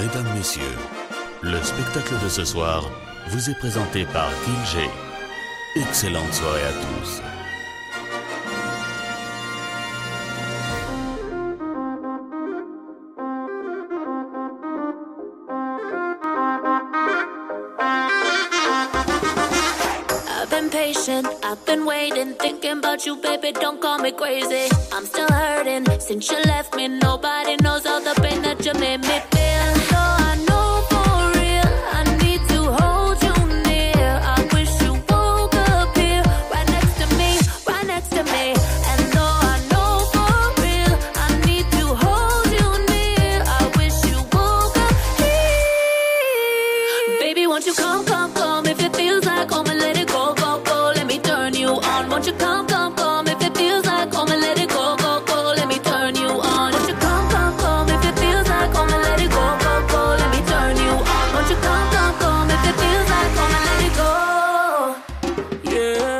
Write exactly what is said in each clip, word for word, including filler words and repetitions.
Mesdames, Messieurs, le spectacle de ce soir vous est présenté par Gil G. Excellente soirée à tous. I've been waiting, thinking about you, baby, don't call me crazy. I'm still hurting, since you left me. Nobody knows all the pain that you made me feel. So I know for real, I need to hold you near. I wish you woke up here, right next to me, right next to me. And though I know for real, I need to hold you near. I wish you woke up here. Baby, won't you come, come, come, if it feels like home and let it go, go, go. Won't you come, come, come, if it feels like home and let it go, go, go, let me turn you on. Won't you come, come, come, if it feels like home and let it go, go, go, let me turn you on. Won't you come, come, come, if it feels like home and let it go, yeah.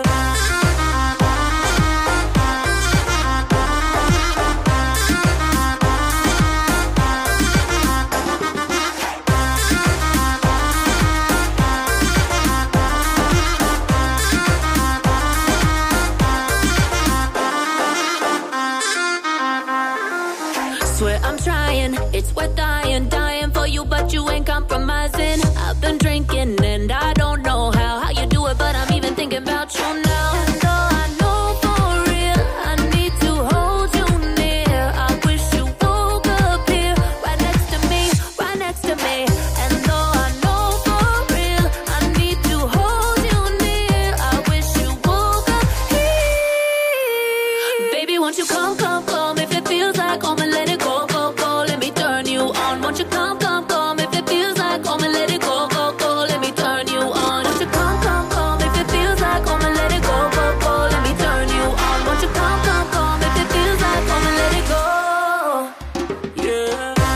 It's worth dying, dying for you, but you ain't compromising. I've been drinking and I don't know how, how you do it, but I'm even thinking about you now. And though I know for real, I need to hold you near. I wish you woke up here, right next to me, right next to me. And though I know for real, I need to hold you near. I wish you woke up here. Baby, won't you come, come, come, if it feels like home and let it go, go, go, let me turn you on. Won't you come, come, come, if it feels like home and let it go, go, go, let me turn you on. Won't you come, come, come, if it feels like home and let it go, go, go, let me turn you on. Won't you come, come, come, if it feels like home and let it go, yeah.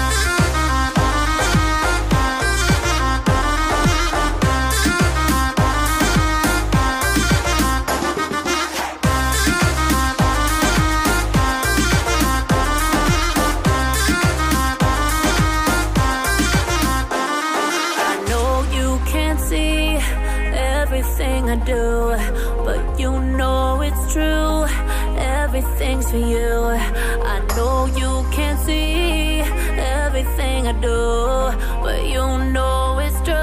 I do, but you know it's true. Everything's for you. I know you can't see everything I do, but you know it's true.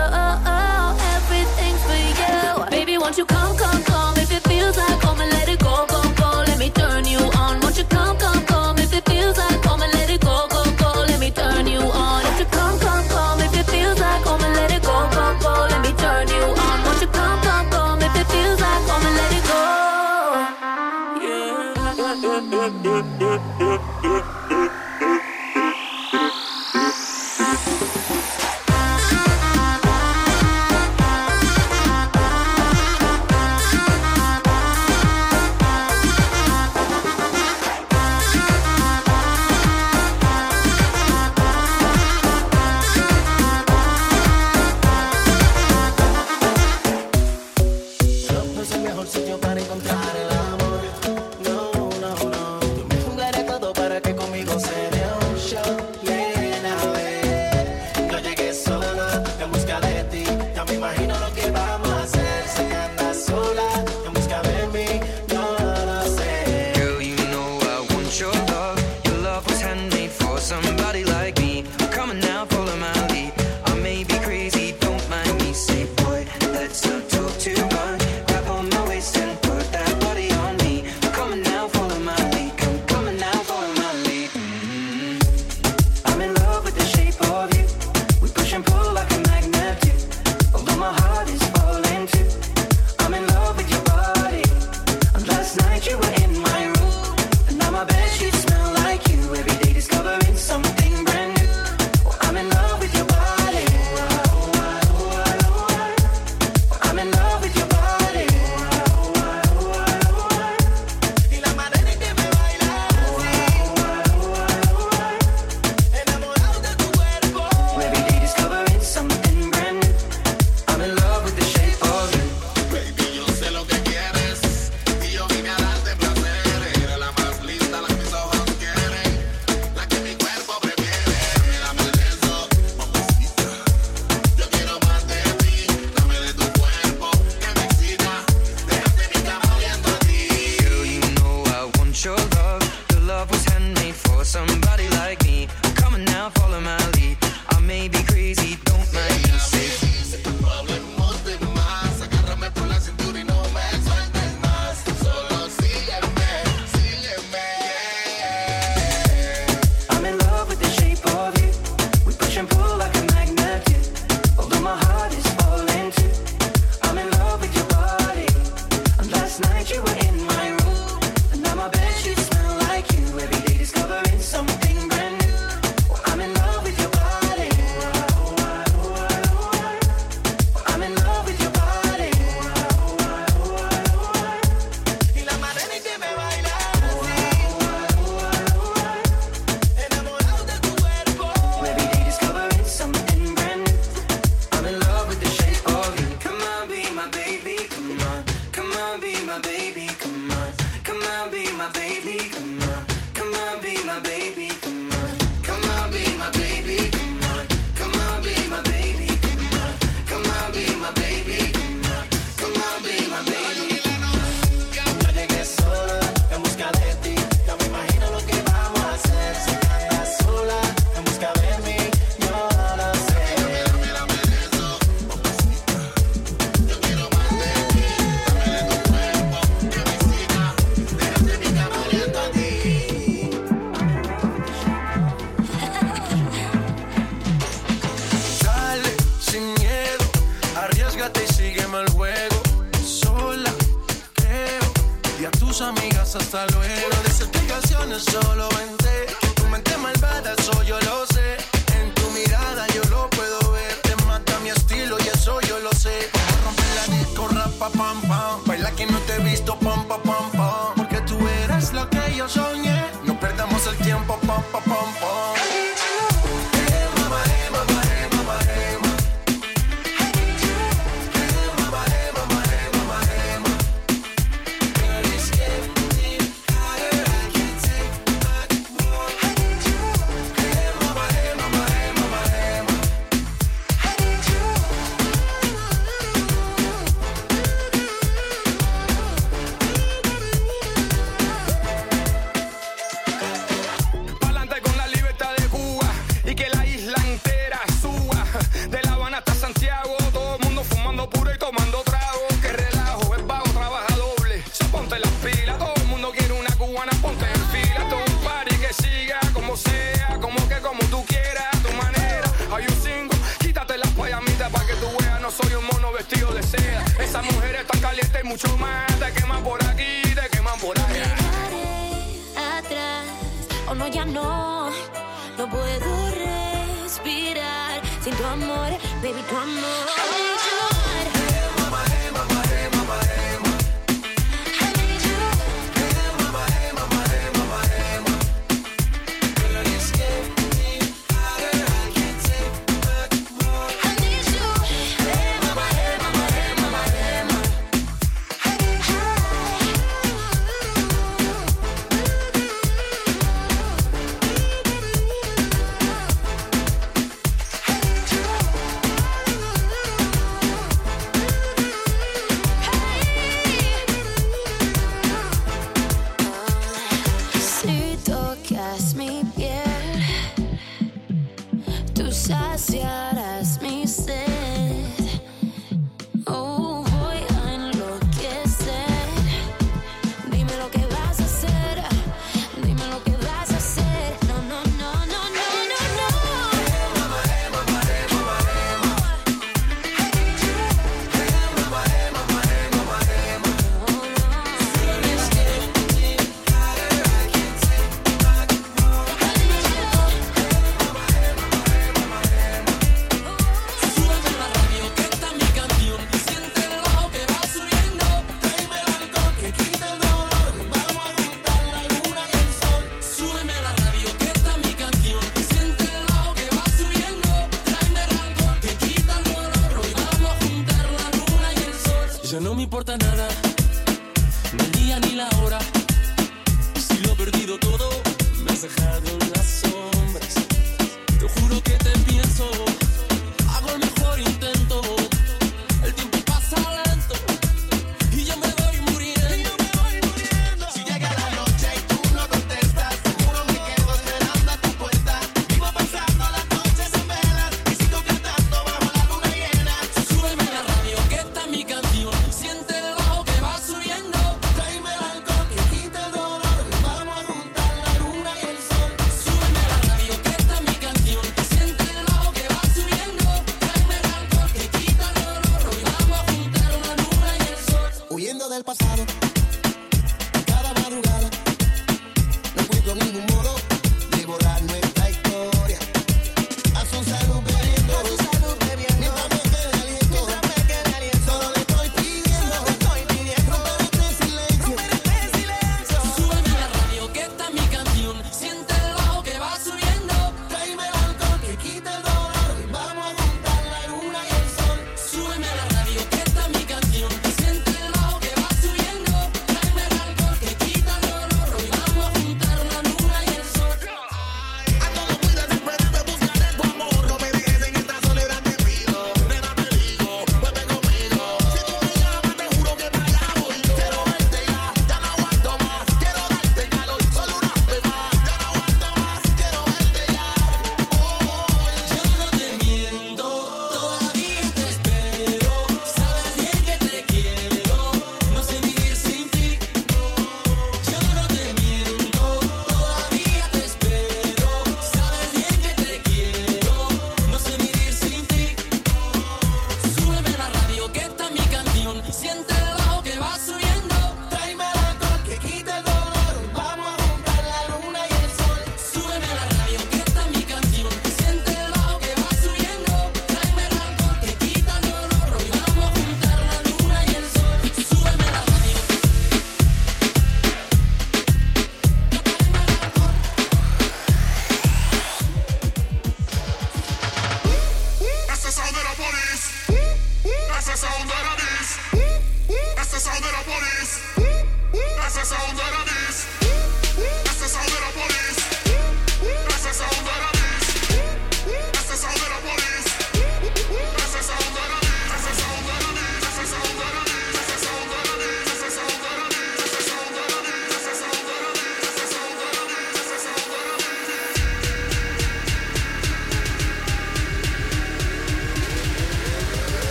Everything's for you. Baby, won't you come, come, come, if it feels like home and let it go, go, go, let me turn you on. Won't you come, come, come, if it feels like home and let it go, go, go, let me turn you on. Won't you come, come, come, if it feels like home and let it go, go, go, let me turn you on. Won't you come, come, come, if it feels like home and let it go, Baby, yo sé lo que quieres y yo vine a darte placer. gracias, hasta luego. No des explicaciones, solo vente. Que tu mente malvada, eso yo lo sé. En tu mirada yo lo puedo ver. Te mata mi estilo y eso yo lo sé. Vamos a romper la disco, rapa, pam, pam. Baila que no te he visto, pam, pam, pam, pam. Porque tú eres lo que yo soñé. No perdamos el tiempo, pam, pam, pam, pam. Mucho más, te queman por aquí, te queman por allá. Dejaré atrás, oh no, ya no, no puedo respirar sin tu amor, baby, tu amor.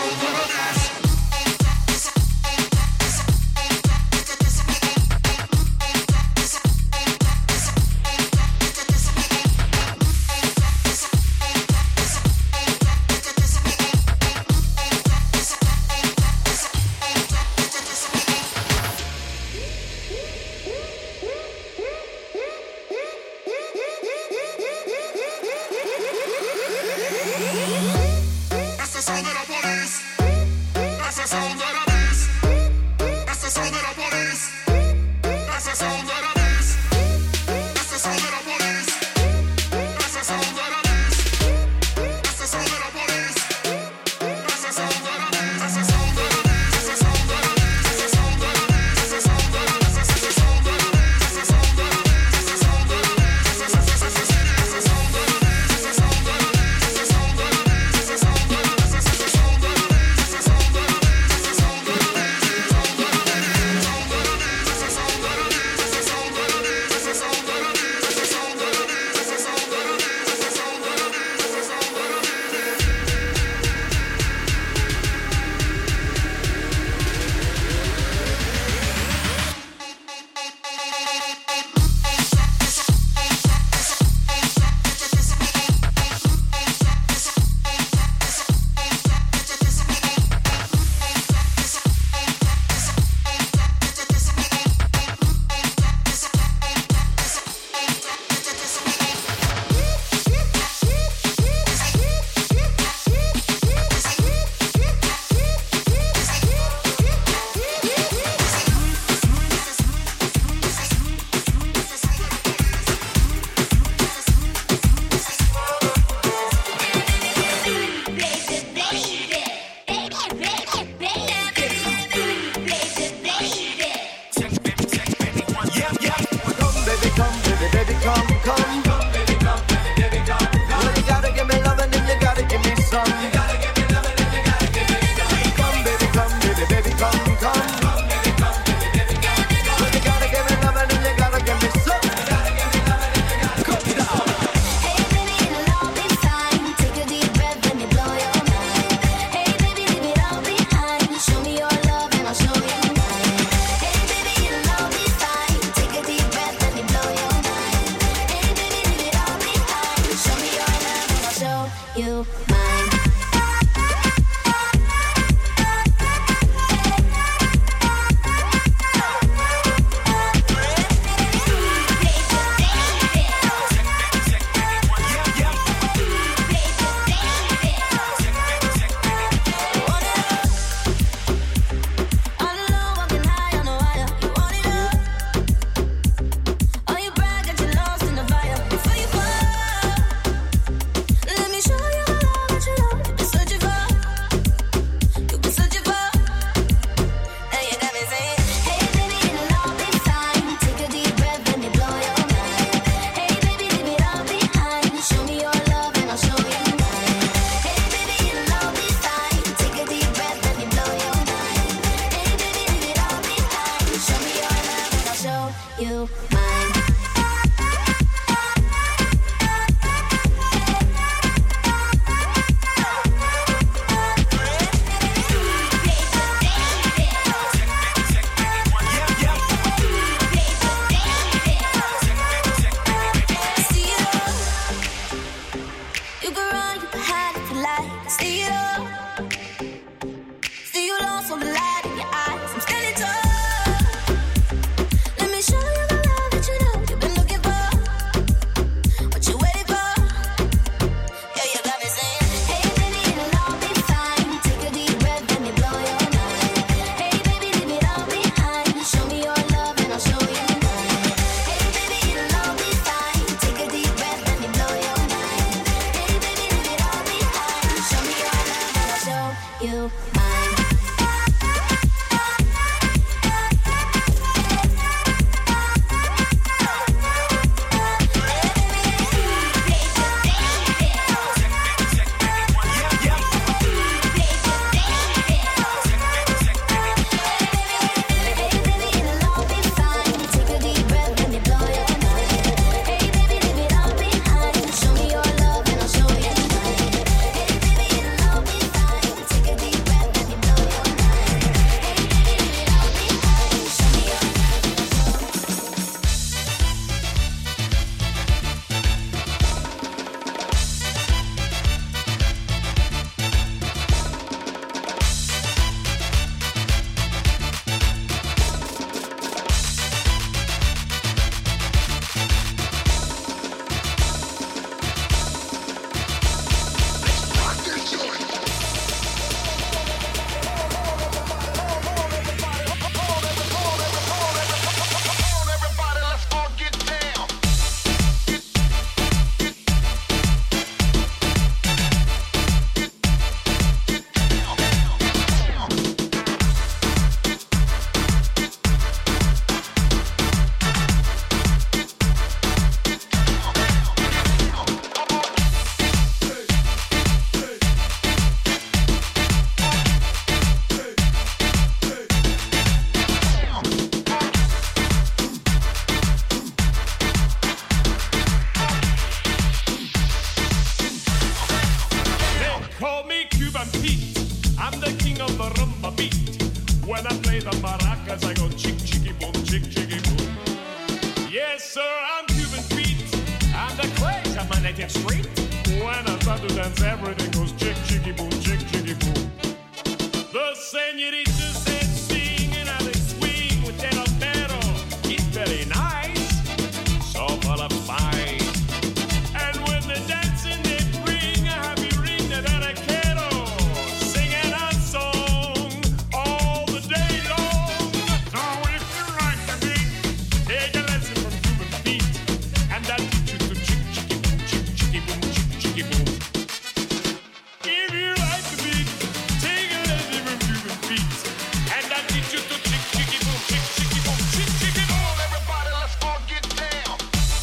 That's the sound of the police. the rumba beat. When I play the maracas, I go chick, chicky, boom, chick, chicky, boom. Yes, sir, I'm Cuban Pete. I'm the craze of my native street. When I start to dance, everything goes chick, chicky, boom, chick, chicky, boom. The senoritas said sing and how they swing with that albero. It's very nice, so full of spice. And when they're dancing, they bring a happy ring to that vaquero, singing a song all the day long. So if you like the beat, take a lesson from Cuban Pete, and that teach you to chick, chicky, boom, chick, chicky, boom, chick, chicky, boom. If you like the beat, take a lesson from Cuban Pete, and that teach you to chick, chicky, boom, chick, chicky, boom, chick, chicky, boom. Everybody, let's all get down.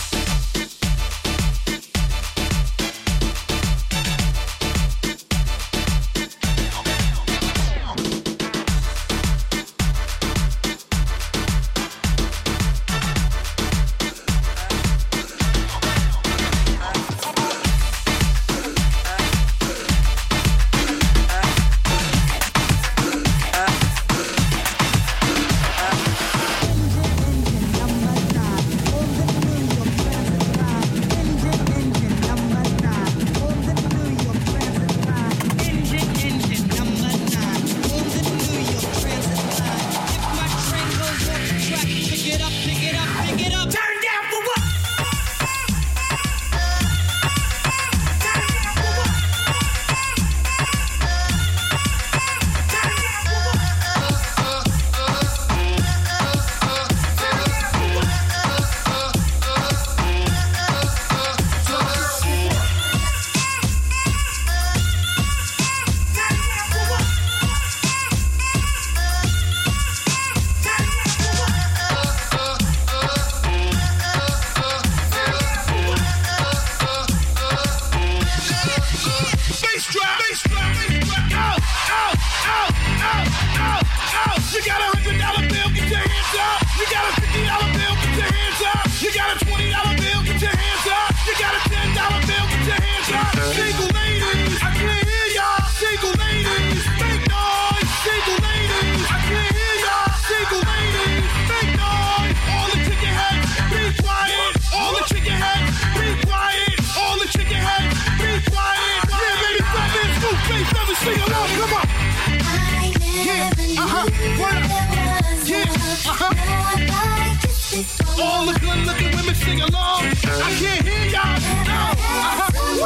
All the good looking women sing along. I can't hear y'all. No. Uh-huh.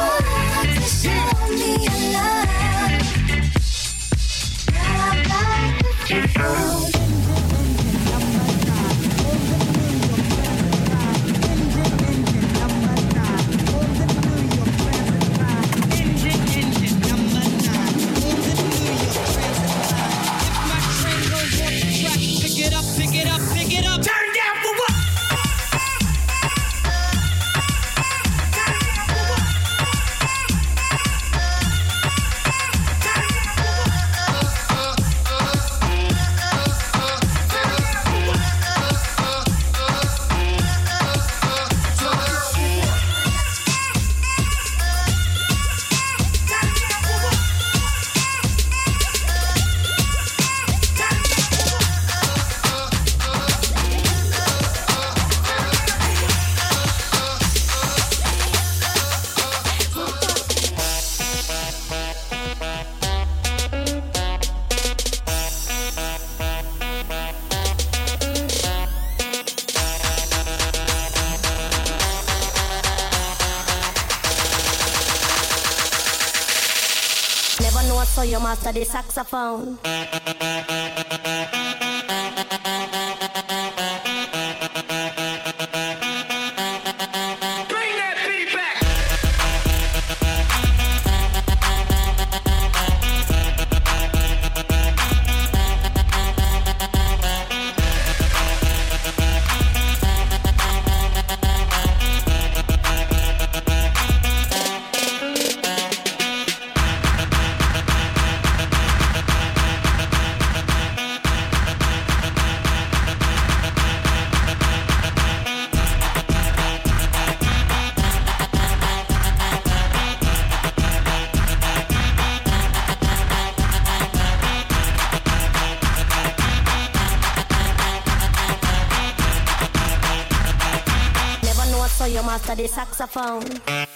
So you master the saxophone. master the saxophone.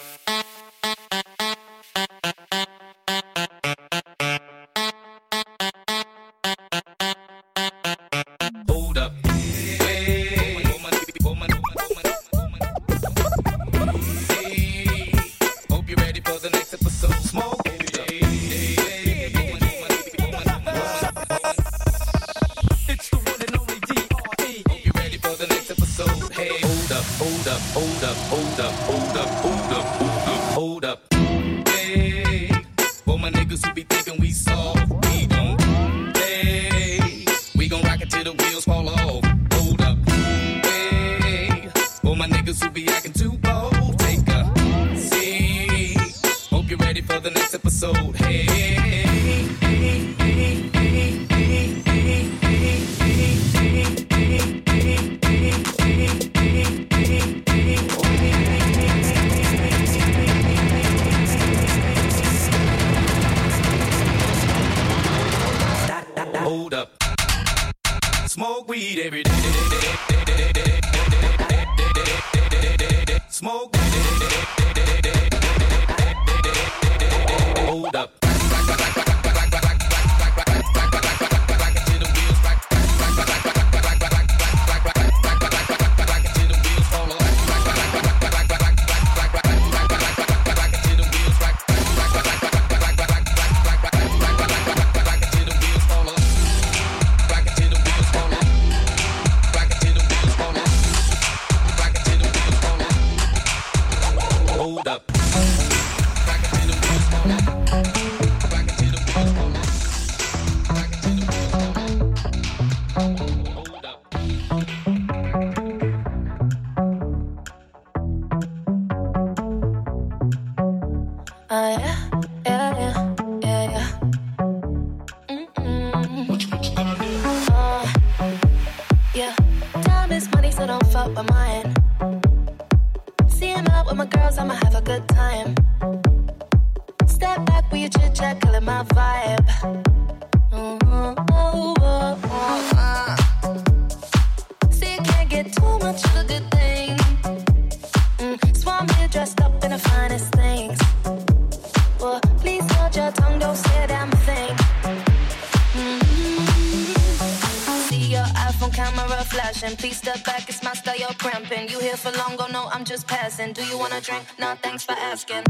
Do you wanna drink? No, thanks for asking.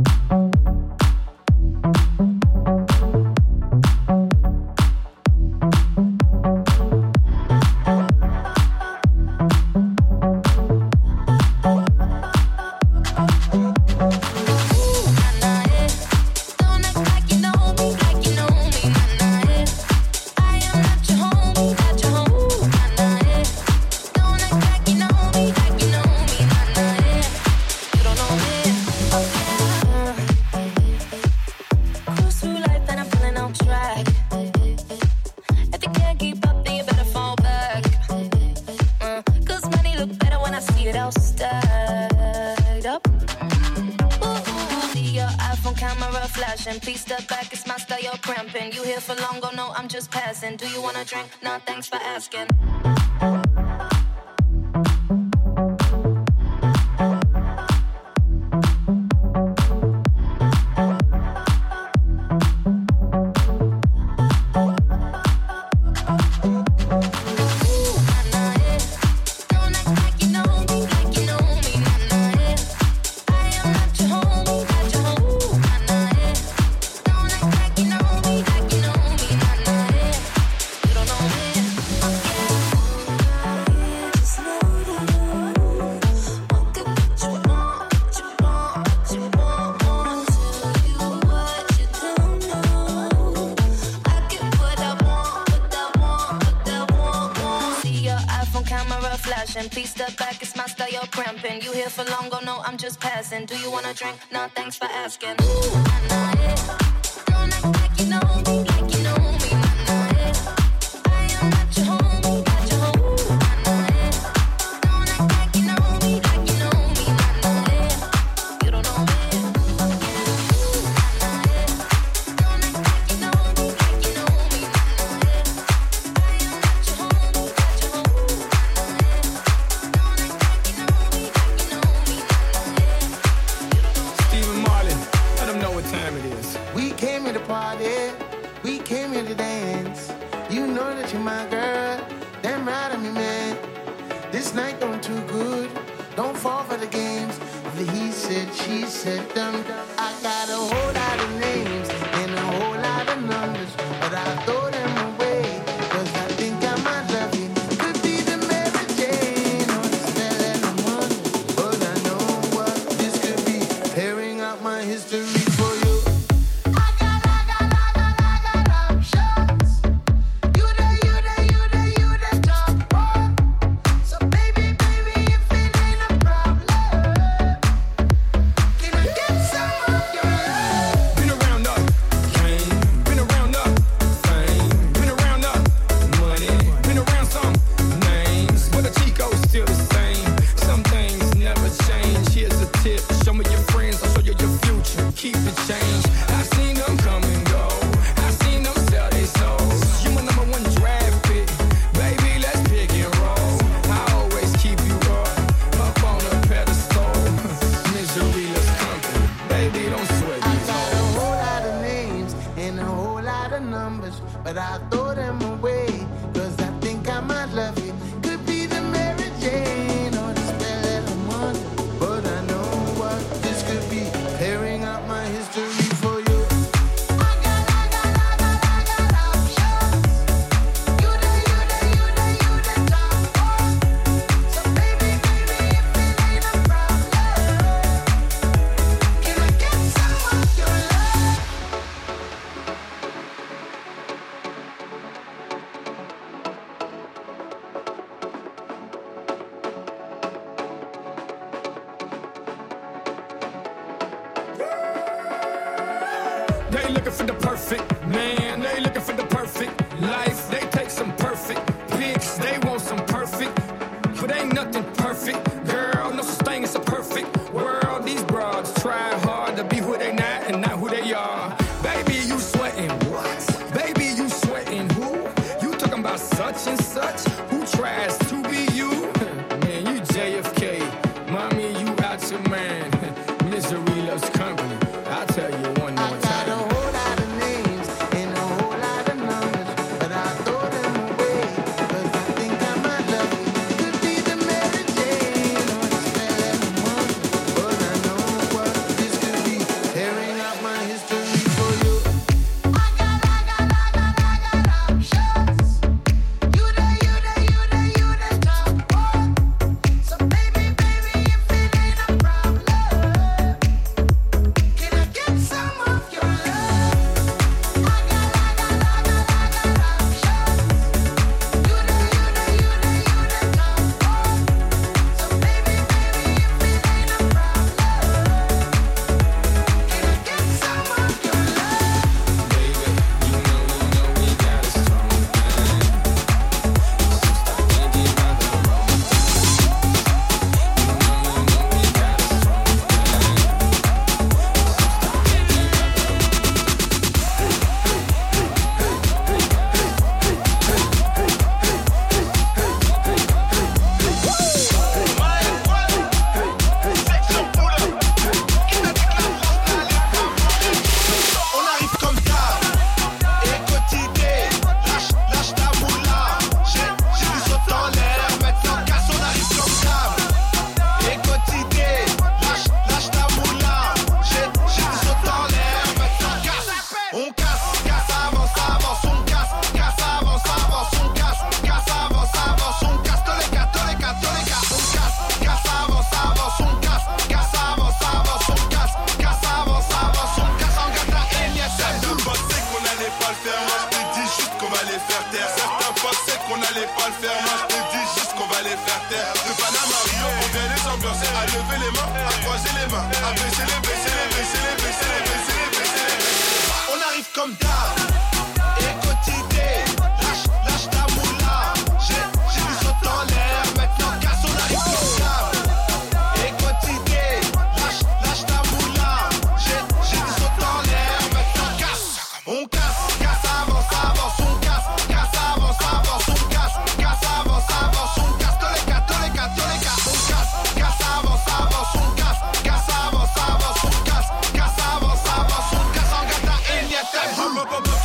Do you wanna drink? No, thanks for asking. Please step back, it's my style, you're cramping. You here for long, go no, I'm just passing. Do you wanna drink? No, thanks for asking. Ooh, nah, nah, yeah. Don't act like you know me, like you know me, nah, nah, yeah. I am not your homie, not your homie, nah, nah, yeah. Don't act like you know me, like you know me, nah, nah, yeah. You don't know me, ooh, nah, nah, yeah. Don't act like you know me, like you know me, nah, nah, yeah. I am not your homie, not your homie, nah, nah, yeah. Don't act like you know me, like you know me, nah, nah, yeah. You know that you're my girl. Damn right of me, man. This night going too good. Don't fall for the games. The he said, she said, dum. I got a whole lot of names and a whole lot of numbers, but I throw them away, cause I think I might love you. Could be the Mary Jane or the spell that I'm under, but I know what this could be. Tearing out my history for you. They looking for the perfect man, they looking for the perfect life. They take some perfect pics, they want some perfect, but ain't nothing perfect. Girl, no such thing as a perfect world. These broads try hard to be who they not and not who they are. Baby, you sweating what? Baby, you sweating who? You talking about such and such? Who tries to be you? Man, you J F K. Mommy, you out your man. Misery loves company. I'll tell you one more time. Up, up, up.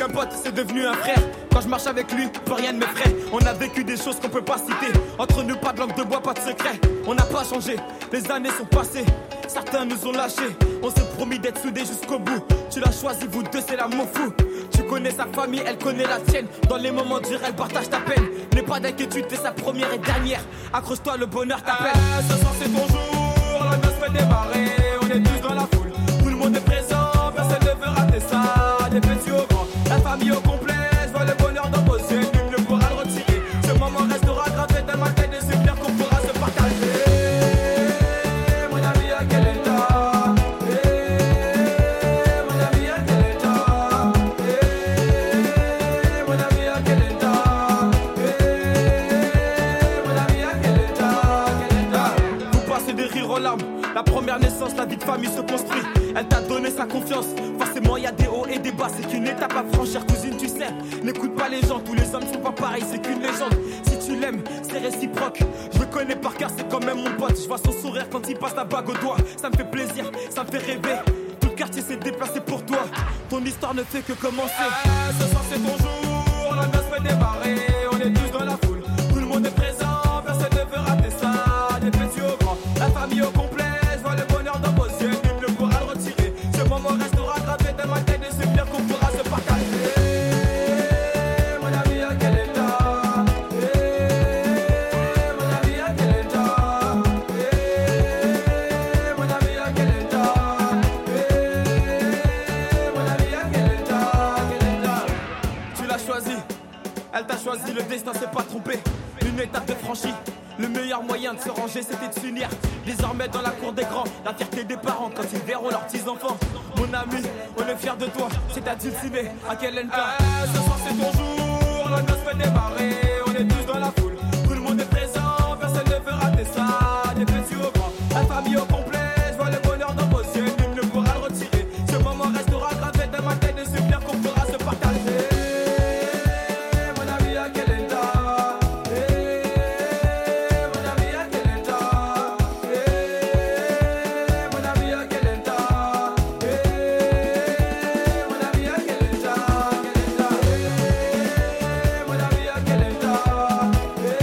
qu'un pote, c'est devenu un frère. Quand je marche avec lui, plus rien ne m'effraie. On a vécu des choses qu'on peut pas citer. Entre nous, pas de langue de bois, pas de secret. On n'a pas changé, les années sont passées. Certains nous ont lâchés, on s'est promis d'être soudés jusqu'au bout. Tu l'as choisi, vous deux, c'est l'amour fou. Tu connais sa famille, elle connaît la tienne. Dans les moments durs, elle partage ta peine. N'aie pas d'inquiétude, t'es sa première et dernière. Accroche-toi, le bonheur t'appelle. Ah, ce soir c'est ton jour, la noce fait démarrer. On est tous dans la foule, tout le monde est présent. Personne ne veut rater ça, des petits au grand. La famille au complet, je vois le bonheur dans vos yeux. Nul ne pourra le retirer. Ce moment restera gravé dans ma tête. Des souvenirs qu'on pourra se partager. La première naissance, la vie de famille se construit. Elle t'a donné sa confiance. Forcément, y a des hauts et des bas. C'est qu'une étape à franchir, cousine, tu sais. N'écoute pas les gens, tous les hommes sont pas pareils. C'est qu'une légende. Si tu l'aimes, c'est réciproque. Je le connais par cœur, c'est quand même mon pote. Je vois son sourire quand il passe la bague au doigt. Ça me fait plaisir, ça me fait rêver. Tout le quartier s'est déplacé pour toi. Ton histoire ne fait que commencer. Ah, ce soir, c'est ton jour. La noce fait démarrer. On est tous dans la foule. Tout le monde est présent. Personne ne veut rater ça. Des petits au grand. La famille au complet. Choisi, le destin s'est pas trompé. Une étape de franchie. Le meilleur moyen de se ranger, c'était de s'unir. Désormais dans la cour des grands, la fierté des parents quand ils verront leurs petits-enfants. Mon ami, on est fiers de toi. C'est à dîner à quel end. Ah, ce soir c'est ton jour, la noce fait démarrer. On est tous dans la foule, tout le monde est présent. Personne ne veut rater ça, des petits au grand. La famille au complet, je vois le bonheur dans vos yeux. Nul ne pourra le retirer. Ce moment restera gravé dans ma tête. Des souvenirs qu'on pourra se partager. Yeah.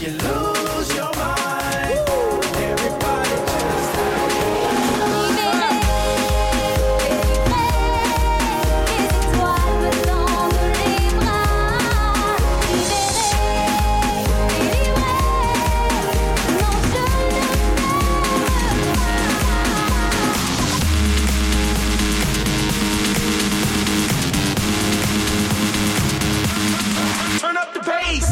you lose your mind. Everybody just turn up the bass.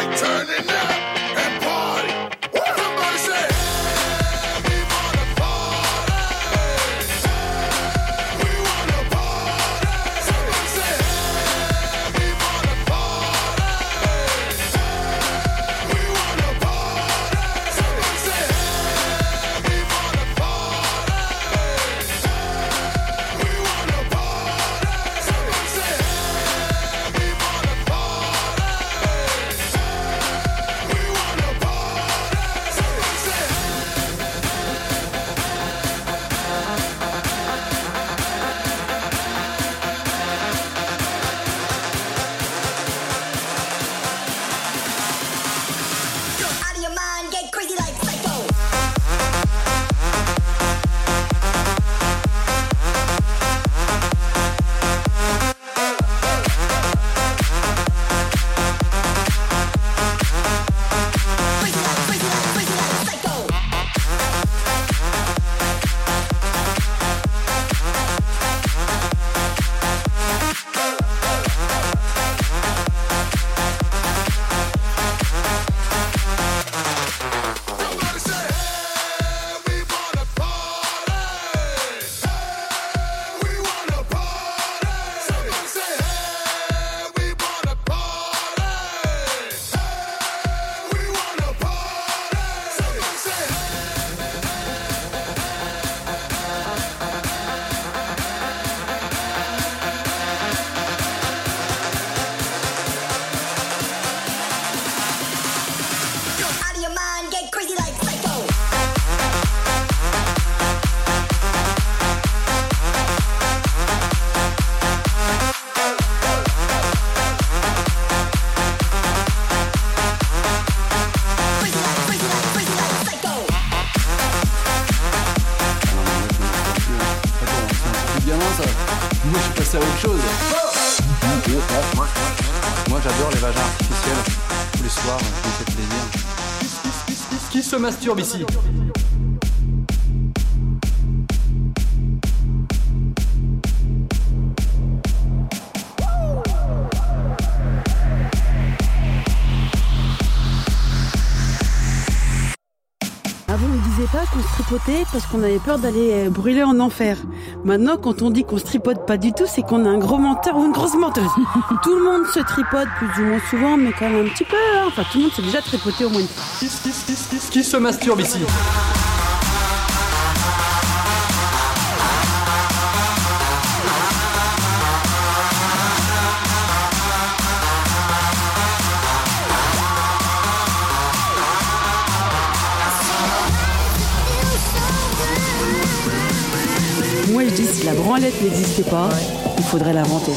passer à autre chose. Moi, moi j'adore les vagins artificiels. Tous les soirs, je me fais plaisir. Qui se masturbe ici ? Avant, on disait pas qu'on se tripotait parce qu'on avait peur d'aller brûler en enfer. Maintenant, quand on dit qu'on se tripote pas du tout, c'est qu'on a un gros menteur ou une grosse menteuse. Tout le monde se tripote plus ou moins souvent, mais quand même un petit peu. Hein. Enfin, tout le monde s'est déjà tripoté au moins une fois. Qui, qui, qui, qui, qui se masturbe ici ? Moi, je dis, si la branlette n'existait pas, il faudrait l'inventer.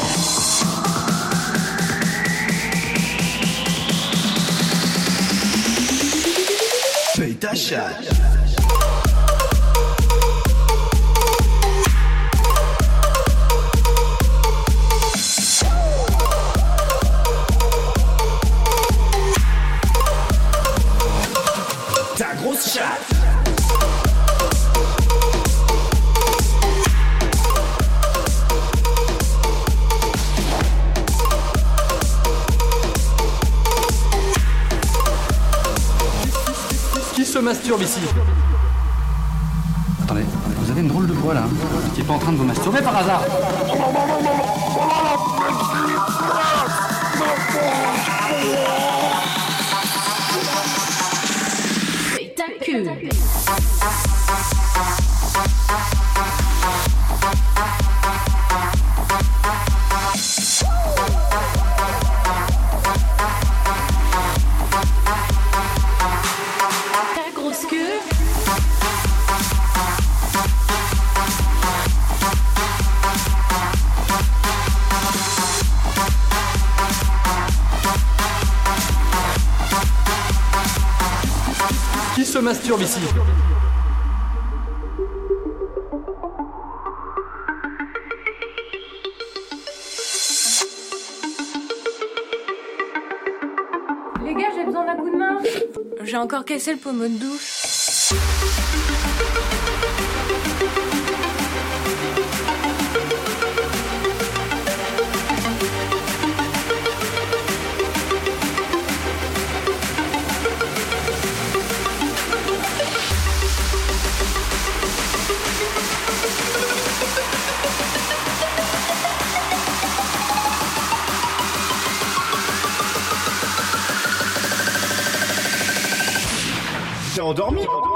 Paye ta chatte. Ta grosse chatte. Se masturbe ici. Attendez, vous avez une drôle de voix là. Vous n'étiez pas en train de vous masturber par hasard? C'est ta queue. Qui se masturbe ici? Les gars, j'ai besoin d'un coup de main. J'ai encore cassé le pommeau de douche. T'es endormi?